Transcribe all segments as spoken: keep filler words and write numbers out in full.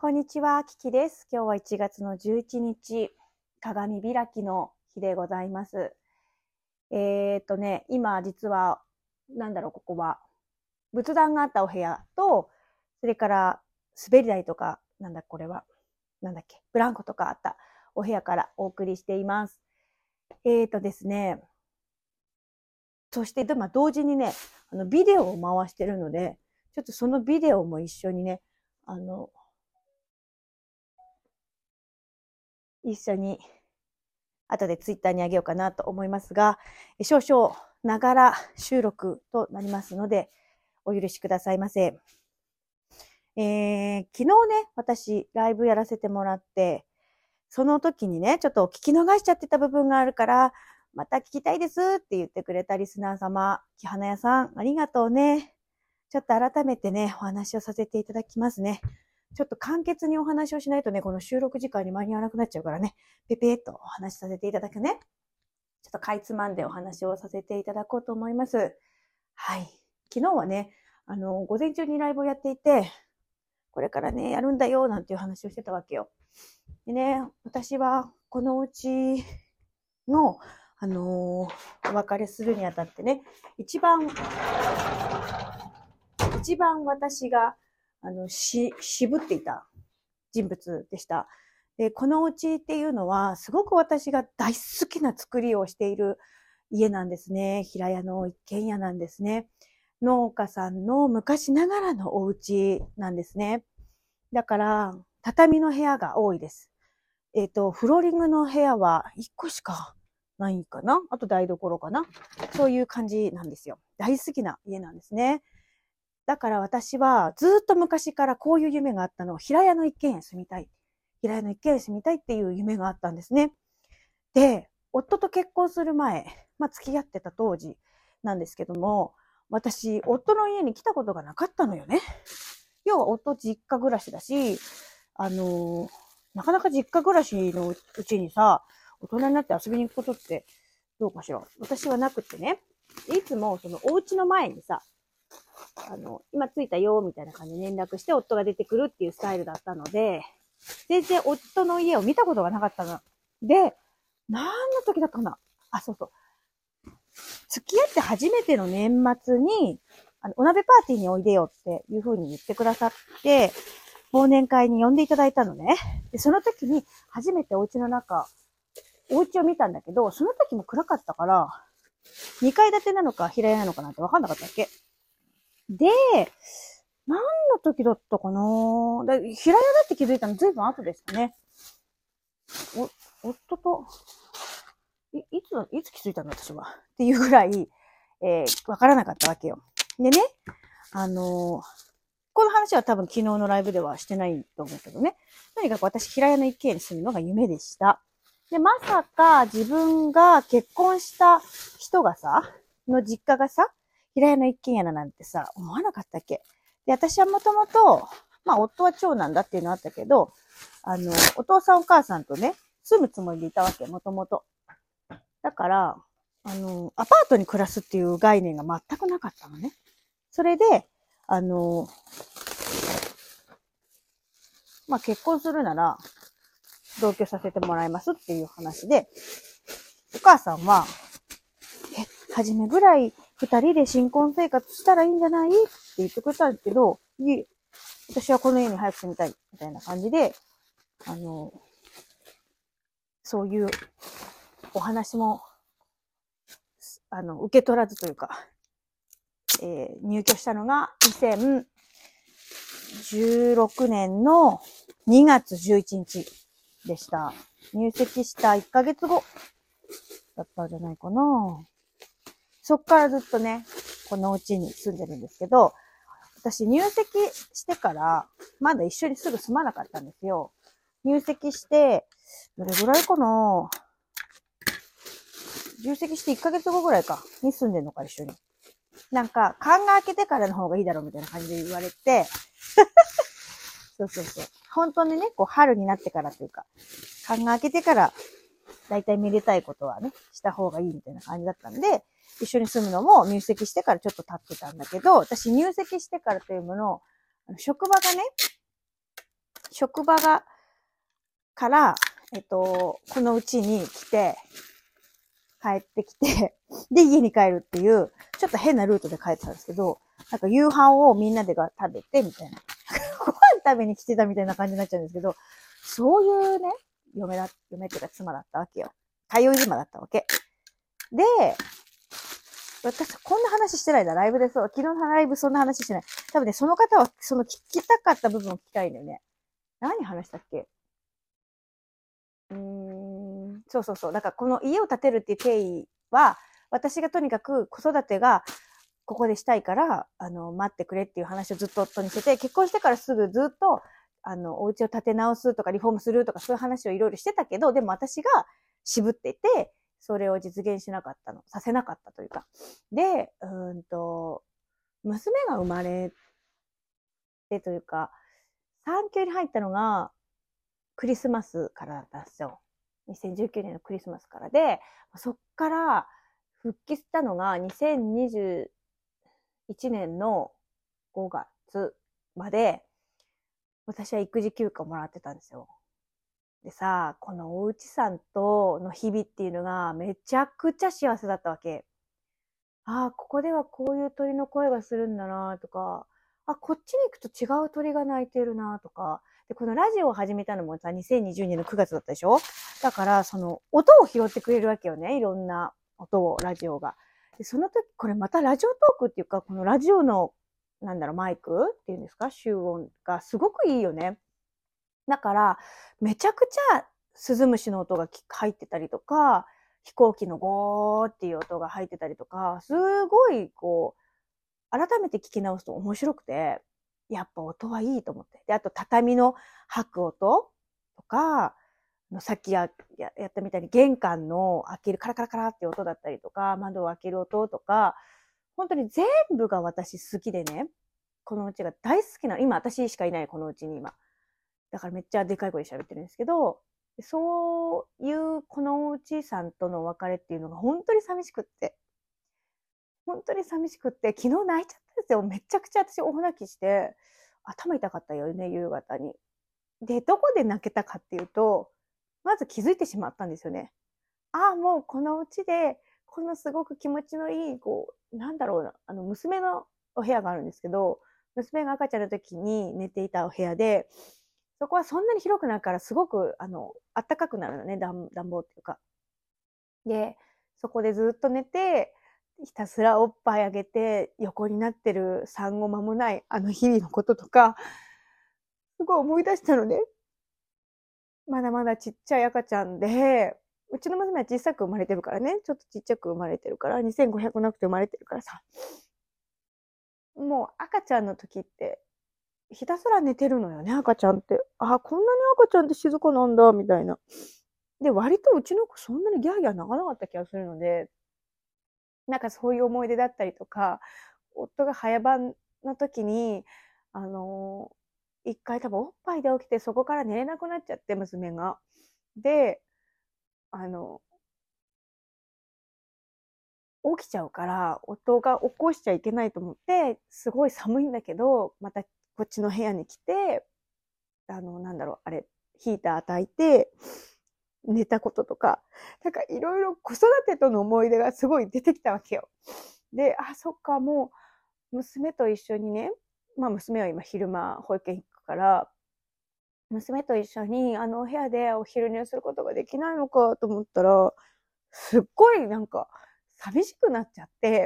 こんにちは、キキです。今日はいちがつのじゅういちにち、鏡開きの日でございます。えーっとね、今実は、なんだろう、ここは、仏壇があったお部屋と、それから滑り台とか、なんだこれは、なんだっけ、ブランコとかあったお部屋からお送りしています。えーっとですね、そして、まあ、同時にね、あの、ビデオを回してるので、ちょっとそのビデオも一緒にね、あの、一緒に後でツイッターにあげようかなと思いますが、少々ながら収録となりますので、お許しくださいませ。えー、昨日ね、私ライブやらせてもらって、その時にね、ちょっと聞き逃しちゃってた部分があるから、また聞きたいですって言ってくれたリスナー様、木花屋さん、ありがとうね。ちょっと改めてね、お話をさせていただきますね。ちょっと簡潔にお話をしないとね、この収録時間に間に合わなくなっちゃうからね、ペペーっとお話しさせていただくね。ちょっとかいつまんでお話をさせていただこうと思います。はい。昨日はね、あの、午前中にライブをやっていて、これからね、やるんだよ、なんていう話をしてたわけよ。でね、私はこのうちの、あのー、お別れするにあたってね、一番、一番私が、あの、し、渋っていた人物でした。で、このお家っていうのは、すごく私が大好きな作りをしている家なんですね。平屋の一軒家なんですね。農家さんの昔ながらのお家なんですね。だから、畳の部屋が多いです。えっと、フローリングの部屋はいっこしかないかな。あと台所かな。そういう感じなんですよ。大好きな家なんですね。だから私はずっと昔からこういう夢があったの。平屋の一軒家住みたい。平屋の一軒家住みたいっていう夢があったんですね。で、夫と結婚する前、まあ付き合ってた当時なんですけども、私、夫の家に来たことがなかったのよね。要は夫実家暮らしだし、あのー、なかなか実家暮らしのうちにさ、大人になって遊びに行くことってどうかしら。私はなくってね。いつもそのお家の前にさ、あの、今着いたよ、みたいな感じで連絡して夫が出てくるっていうスタイルだったので、全然夫の家を見たことがなかったの。で、何の時だったかなあ、そうそう。付き合って初めての年末に、あの、お鍋パーティーにおいでよっていう風に言ってくださって、忘年会に呼んでいただいたのね。で、その時に初めてお家の中、お家を見たんだけど、その時も暗かったから、にかい建てなのか平屋なのかなんて分かんなかったっけ。で、何の時だったかなだ平屋だって気づいたのずいぶん後でしたね。お、夫と、い、いつ、いつ気づいたの私は。っていうぐらい、えー、わからなかったわけよ。でね、あのー、この話は多分昨日のライブではしてないと思うけどね。とにかく私、平屋の一軒家に住むのが夢でした。で、まさか自分が結婚した人がさ、の実家がさ、平屋の一軒家だなんてさ、思わなかったっけ。で、私はもともと、まあ、夫は長男だっていうのはあったけど、あの、お父さんお母さんとね、住むつもりでいたわけ、もともと。だから、あの、アパートに暮らすっていう概念が全くなかったのね。それで、あの、まあ、結婚するなら、同居させてもらいますっていう話で、お母さんは、え、初めぐらい二人で新婚生活したらいいんじゃないって言ってくれたんですけど、いえ、私はこの家に早く住みたい、みたいな感じで、あの、そういうお話も、あの、受け取らずというか、えー、入居したのがにせんじゅうろくねんのにがつじゅういちにちでした。入籍したいっかげつごだったんじゃないかな。そっからずっとね、このうちに住んでるんですけど、私入籍してから、まだ一緒にすぐ住まなかったんですよ。入籍して、どれぐらいかな入籍していっかげつごぐらいか、に住んでんのか一緒に。なんか、勘が開けてからの方がいいだろうみたいな感じで言われて、そうそうそう。本当にね、こう春になってからというか、勘が開けてから、だいたいめでたいことはね、した方がいいみたいな感じだったんで、一緒に住むのも入籍してからちょっと経ってたんだけど、私入籍してからというものを、職場がね、 職場が、から、えっと、この家に来て、帰ってきて、で、家に帰るっていう、ちょっと変なルートで帰ってたんですけど、なんか夕飯をみんなでが食べて、みたいな。ご飯食べに来てたみたいな感じになっちゃうんですけど、そういうね、嫁だ、嫁っていうか妻だったわけよ。通い妻だったわけ。で、私、こんな話してないんだ、ライブでそう。昨日のライブそんな話してない。多分ね、その方は、その聞きたかった部分を聞きたいんだよね。何話したっけ？うーん、そうそうそう。だからこの家を建てるっていう経緯は、私がとにかく子育てがここでしたいから、あの、待ってくれっていう話をずっと夫にしてて、結婚してからすぐずっと、あの、お家を建て直すとかリフォームするとかそういう話をいろいろしてたけど、でも私が渋っていて、それを実現しなかったの、させなかったというか。で、うーんと、娘が生まれてというか、産休に入ったのがクリスマスからだったんですよ。にせんじゅうきゅうねんのクリスマスからで、そっから復帰したのがにせんにじゅういちねんのごがつまで、私は育児休暇をもらってたんですよ。でさ、このおうちさんとの日々っていうのがめちゃくちゃ幸せだったわけ。ああ、ここではこういう鳥の声がするんだなとか、あ、こっちに行くと違う鳥が鳴いてるなとか、で、このラジオを始めたのもさ、にせんにじゅうねんのくがつだったでしょ？だから、その、音を拾ってくれるわけよね。いろんな音を、ラジオが。で、その時、これまたラジオトークっていうか、このラジオの、なんだろう、マイクっていうんですか？集音がすごくいいよね。だから、めちゃくちゃ、スズムシの音が入ってたりとか、飛行機のゴーっていう音が入ってたりとか、すごい、こう、改めて聞き直すと面白くて、やっぱ音はいいと思って。で、あと畳の履く音とか、さっきやややったみたいに玄関の開けるカラカラカラっていう音だったりとか、窓を開ける音とか、本当に全部が私好きでね、このうちが大好きな、今私しかいないこのうちに今。だからめっちゃでかい声で喋ってるんですけど、そういうこのおうちさんとのお別れっていうのが本当に寂しくって、本当に寂しくって、昨日泣いちゃったんですよ。めちゃくちゃ私大泣きして、頭痛かったよね、夕方に。で、どこで泣けたかっていうと、まず気づいてしまったんですよね。ああ、もうこのうちで、このすごく気持ちのいい、こう、なんだろうな、あの、娘のお部屋があるんですけど、娘が赤ちゃんの時に寝ていたお部屋で、そこはそんなに広くないから、すごく、あの、暖かくなるのね、暖暖房っていうか。で、そこでずっと寝て、ひたすらおっぱいあげて、横になってる産後間もないあの日々のこととか、すごい思い出したのね。まだまだちっちゃい赤ちゃんで、うちの娘は小さく生まれてるからね、ちょっとちっちゃく生まれてるから、にせんごひゃくなくて生まれてるからさ、もう赤ちゃんの時って、ひたすら寝てるのよね、赤ちゃんって。あ、こんなに赤ちゃんって静かなんだ、みたいな。で、割とうちの子そんなにギャーギャー泣かなかった気がするので、なんかそういう思い出だったりとか、夫が早番の時に、あのー、一回多分おっぱいで起きてそこから寝れなくなっちゃって、娘が。で、あの、起きちゃうから、夫が起こしちゃいけないと思って、すごい寒いんだけど、またこっちの部屋に来て、あの、なんだろう、あれ、ヒーター焚いて、寝たこととか、なんかいろいろ子育てとの思い出がすごい出てきたわけよ。で、あ、そっか、もう、娘と一緒にね、まあ娘は今昼間保育園行くから、娘と一緒にあのお部屋でお昼寝をすることができないのかと思ったら、すっごいなんか寂しくなっちゃって、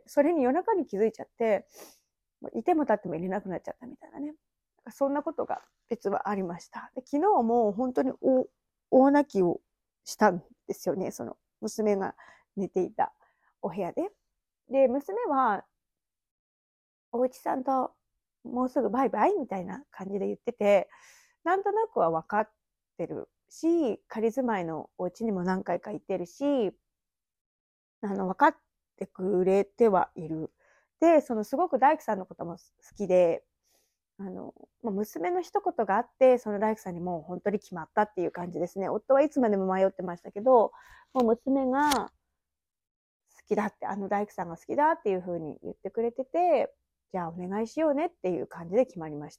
それに夜中に気づいちゃって、いても立っても入れなくなっちゃったみたいなね。そんなことが実はありました。で、昨日も本当に大大泣きをしたんですよね。その娘が寝ていたお部屋で。で、娘はおうちさんともうすぐバイバイみたいな感じで言ってて、なんとなくは分かってるし、仮住まいのお家にも何回か行ってるし、あの、分かってくれてはいる。で、そのすごく大工さんのことも好きで、あの、娘の一言があって、その大工さんにもう本当に決まったっていう感じですね。夫はいつまでも迷ってましたけど、もう娘が好きだって、あの大工さんが好きだっていう風に言ってくれてて、じゃあお願いしようねっていう感じで決まりました。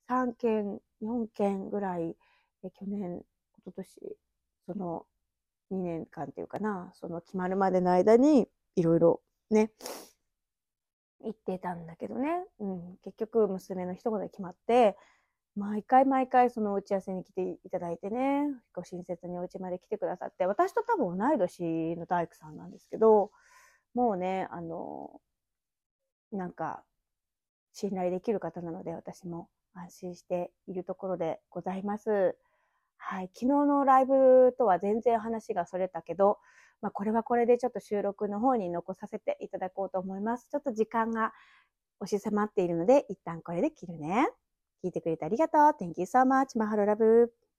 さんけん、よんけんぐらい、え去年、一昨年、そのにねんかんっていうかな、その決まるまでの間に、いろいろね、行ってたんだけどね、うん、結局娘の一言で決まって、毎回毎回その打ち合わせに来ていただいてね、ご親切にお家まで来てくださって、私と多分同い年の大工さんなんですけど、もうね、あの、なんか、信頼できる方なので、私も安心しているところでございます。はい、昨日のライブとは全然話がそれたけど、まあ、これはこれでちょっと収録の方に残させていただこうと思います。ちょっと時間が押し迫っているので、一旦これで切るね。聞いてくれてありがとう。Thank you so much. マハロラブ。